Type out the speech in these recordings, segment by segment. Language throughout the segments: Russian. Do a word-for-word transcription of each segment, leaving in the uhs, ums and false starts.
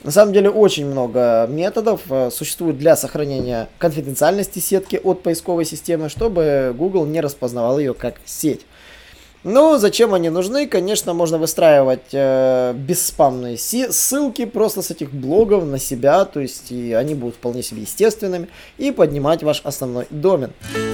На самом деле очень много методов э, существует для сохранения конфиденциальности сетки от поисковой системы, чтобы Google не распознавал ее как сеть. Но зачем они нужны? Конечно, можно выстраивать э, бесспамные си- ссылки просто с этих блогов на себя, то есть и они будут вполне себе естественными, и поднимать ваш основной домен.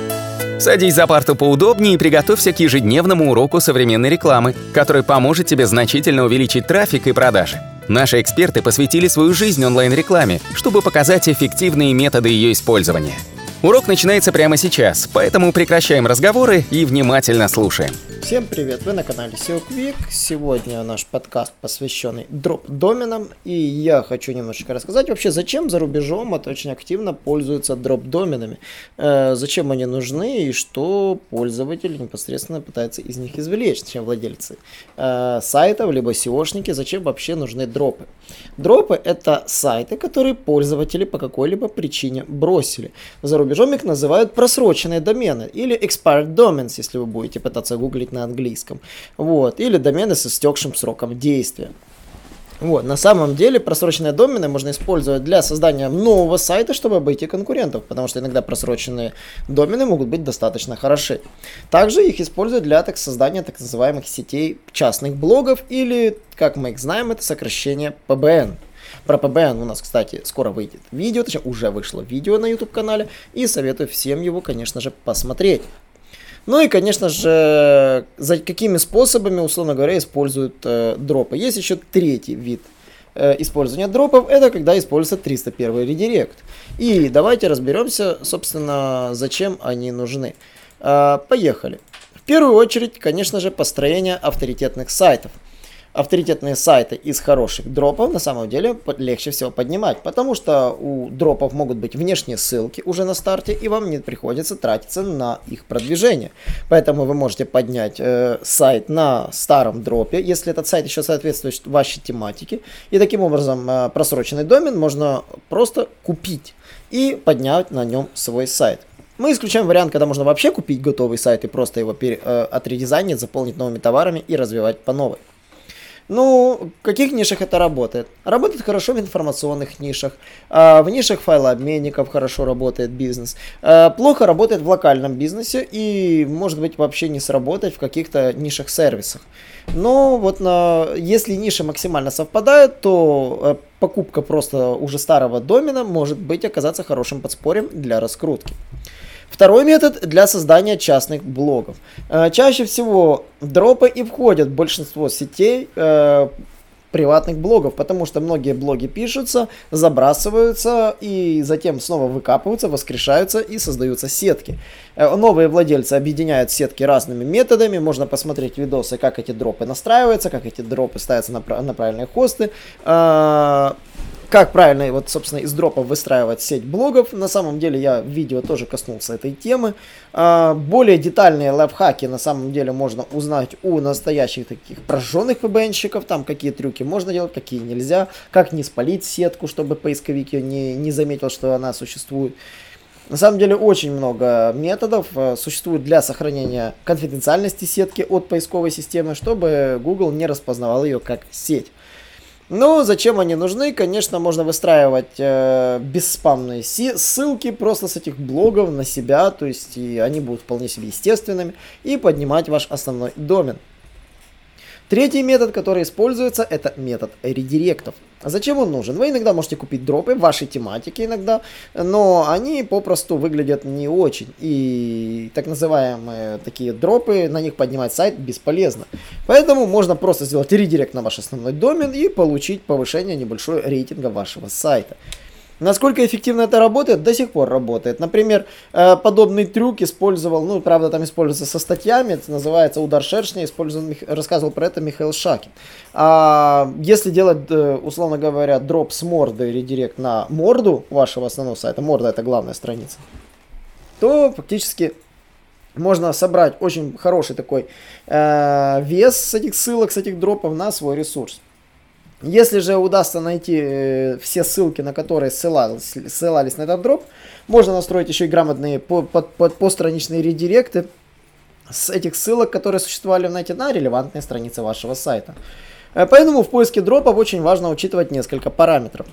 Садись за парту поудобнее и приготовься к ежедневному уроку современной рекламы, который поможет тебе значительно увеличить трафик и продажи. Наши эксперты посвятили свою жизнь онлайн-рекламе, чтобы показать эффективные методы ее использования. Урок начинается прямо сейчас, поэтому прекращаем разговоры и внимательно слушаем. Всем привет, вы на канале эс и о Quick. Сегодня наш подкаст, посвященный дроп-доменам. И я хочу немножечко рассказать вообще, зачем за рубежом это очень активно пользуются дроп-доменами. Э, зачем они нужны и что пользователь непосредственно пытается из них извлечь, чем владельцы э, сайтов, либо сеошники, зачем вообще нужны дропы. Дропы это сайты, которые пользователи по какой-либо причине бросили. За рубежом их называют просроченные домены или expired domains, если вы будете пытаться гуглить на английском. Вот. Или домены с истекшим сроком действия. Вот. На самом деле просроченные домены можно использовать для создания нового сайта, чтобы обойти конкурентов, потому что иногда просроченные домены могут быть достаточно хороши. Также их используют для так, создания так называемых сетей частных блогов или, как мы их знаем, это сокращение пи би эн. Про пи би эн у нас, кстати, скоро выйдет видео, точнее уже вышло видео на YouTube-канале, и советую всем его, конечно же, посмотреть. Ну и, конечно же, за какими способами, условно говоря, используют э, дропы. Есть еще третий вид э, использования дропов, это когда используется триста первый редирект. И давайте разберемся, собственно, зачем они нужны. Э, поехали. В первую очередь, конечно же, построение авторитетных сайтов. Авторитетные сайты из хороших дропов на самом деле легче всего поднимать, потому что у дропов могут быть внешние ссылки уже на старте, и вам не приходится тратиться на их продвижение. Поэтому вы можете поднять э, сайт на старом дропе, если этот сайт еще соответствует вашей тематике, и таким образом э, просроченный домен можно просто купить и поднять на нем свой сайт. Мы исключаем вариант, когда можно вообще купить готовый сайт и просто его пере, э, отредизайнить, заполнить новыми товарами и развивать по новой. Ну, в каких нишах это работает? Работает хорошо в информационных нишах, в нишах файлообменников хорошо работает бизнес, плохо работает в локальном бизнесе и, может быть, вообще не сработать в каких-то нишах сервисах. Но вот на, если ниши максимально совпадают, то покупка просто уже старого домена может быть оказаться хорошим подспорьем для раскрутки. Второй метод для создания частных блогов. Чаще всего в дропы и входят большинство сетей э, приватных блогов, потому что многие блоги пишутся, забрасываются и затем снова выкапываются, воскрешаются и создаются сетки. Э, новые владельцы объединяют сетки разными методами, можно посмотреть видосы, как эти дропы настраиваются, как эти дропы ставятся на, на правильные хосты. Э, Как правильно, вот, собственно, из дропов выстраивать сеть блогов. На самом деле я в видео тоже коснулся этой темы. Более детальные лайфхаки на самом деле можно узнать у настоящих таких прожженных пи би эн-щиков. Там какие трюки можно делать, какие нельзя. Как не спалить сетку, чтобы поисковик ее не, не заметил, что она существует. На самом деле очень много методов существует для сохранения конфиденциальности сетки от поисковой системы, чтобы Google не распознавал ее как сеть. Но зачем они нужны? Конечно, можно выстраивать э, бесспамные си- ссылки просто с этих блогов на себя, то есть и они будут вполне себе естественными, и поднимать ваш основной домен. Третий метод, который используется, это метод редиректов. А зачем он нужен? Вы иногда можете купить дропы в вашей тематике иногда, но они попросту выглядят не очень. И так называемые такие дропы, на них поднимать сайт бесполезно. Поэтому можно просто сделать редирект на ваш основной домен и получить повышение небольшого рейтинга вашего сайта. Насколько эффективно это работает? До сих пор работает. Например, подобный трюк использовал, ну, правда, там используется со статьями, это называется удар шершня, использовал, рассказывал про это Михаил Шакин. А если делать, условно говоря, дроп с мордой, редирект на морду вашего основного сайта, морда это главная страница, то фактически можно собрать очень хороший такой э, вес с этих ссылок, с этих дропов на свой ресурс. Если же удастся найти э, все ссылки, на которые ссылались, ссылались на этот дроп, можно настроить еще и грамотные по, по, по, постраничные редиректы с этих ссылок, которые существовали в нете, на релевантные страницы вашего сайта. Поэтому в поиске дропов очень важно учитывать несколько параметров.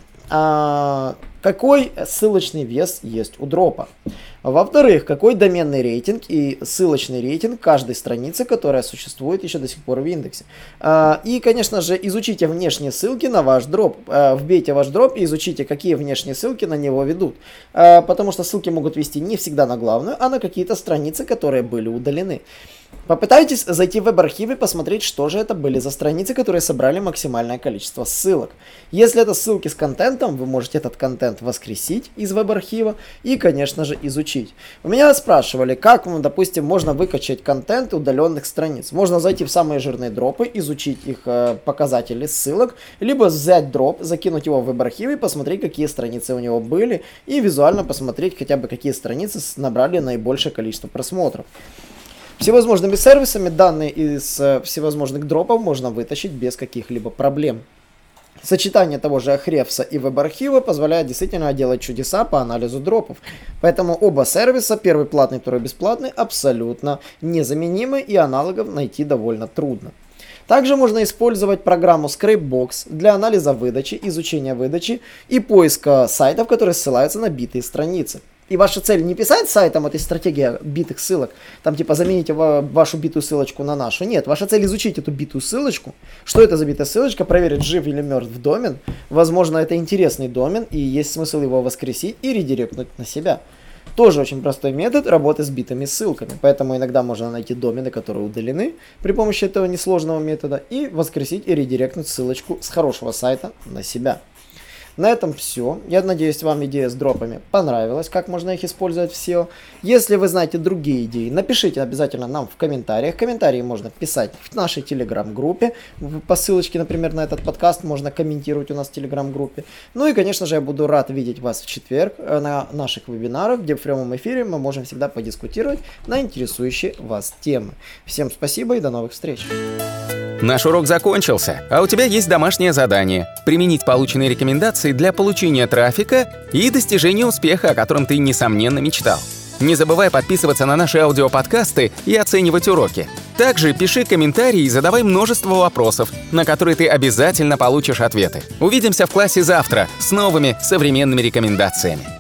А, какой ссылочный вес есть у дропа? Во-вторых, какой доменный рейтинг и ссылочный рейтинг каждой страницы, которая существует еще до сих пор в индексе. А, и, конечно же, изучите внешние ссылки на ваш дроп. А, вбейте ваш дроп и изучите, какие внешние ссылки на него ведут. А, потому что ссылки могут вести не всегда на главную, а на какие-то страницы, которые были удалены. Попытайтесь зайти в веб-архив и посмотреть, что же это были за страницы, которые собрали максимальное количество ссылок. Если это ссылки с контентом, вы можете этот контент воскресить из веб-архива и, конечно же, изучить. У меня спрашивали, как, ну, допустим, можно выкачать контент удаленных страниц. Можно зайти в самые жирные дропы, изучить их э, показатели ссылок, либо взять дроп, закинуть его в веб-архив и посмотреть, какие страницы у него были, и визуально посмотреть хотя бы, какие страницы набрали наибольшее количество просмотров. Всевозможными сервисами данные из э, всевозможных дропов можно вытащить без каких-либо проблем. Сочетание того же Ahrefs и веб-архива позволяет действительно делать чудеса по анализу дропов. Поэтому оба сервиса, первый платный, второй бесплатный, абсолютно незаменимы и аналогов найти довольно трудно. Также можно использовать программу Scrapebox для анализа выдачи, изучения выдачи и поиска сайтов, которые ссылаются на битые страницы. И ваша цель не писать сайтом этой стратегии битых ссылок, там типа замените вашу битую ссылочку на нашу. Нет, ваша цель изучить эту битую ссылочку. Что это за битая ссылочка, проверить, жив или мертв домен. Возможно, это интересный домен и есть смысл его воскресить и редиректнуть на себя. Тоже очень простой метод работы с битыми ссылками. Поэтому иногда можно найти домены, которые удалены при помощи этого несложного метода, и воскресить и редиректнуть ссылочку с хорошего сайта на себя. На этом все. Я надеюсь, вам идея с дропами понравилась, как можно их использовать в сео. Если вы знаете другие идеи, напишите обязательно нам в комментариях. Комментарии можно писать в нашей телеграм-группе. По ссылочке, например, на этот подкаст можно комментировать у нас в телеграм-группе. Ну и, конечно же, я буду рад видеть вас в четверг на наших вебинарах, где в прямом эфире мы можем всегда подискутировать на интересующие вас темы. Всем спасибо и до новых встреч. Наш урок закончился, а у тебя есть домашнее задание – применить полученные рекомендации для получения трафика и достижения успеха, о котором ты, несомненно, мечтал. Не забывай подписываться на наши аудиоподкасты и оценивать уроки. Также пиши комментарии и задавай множество вопросов, на которые ты обязательно получишь ответы. Увидимся в классе завтра с новыми современными рекомендациями.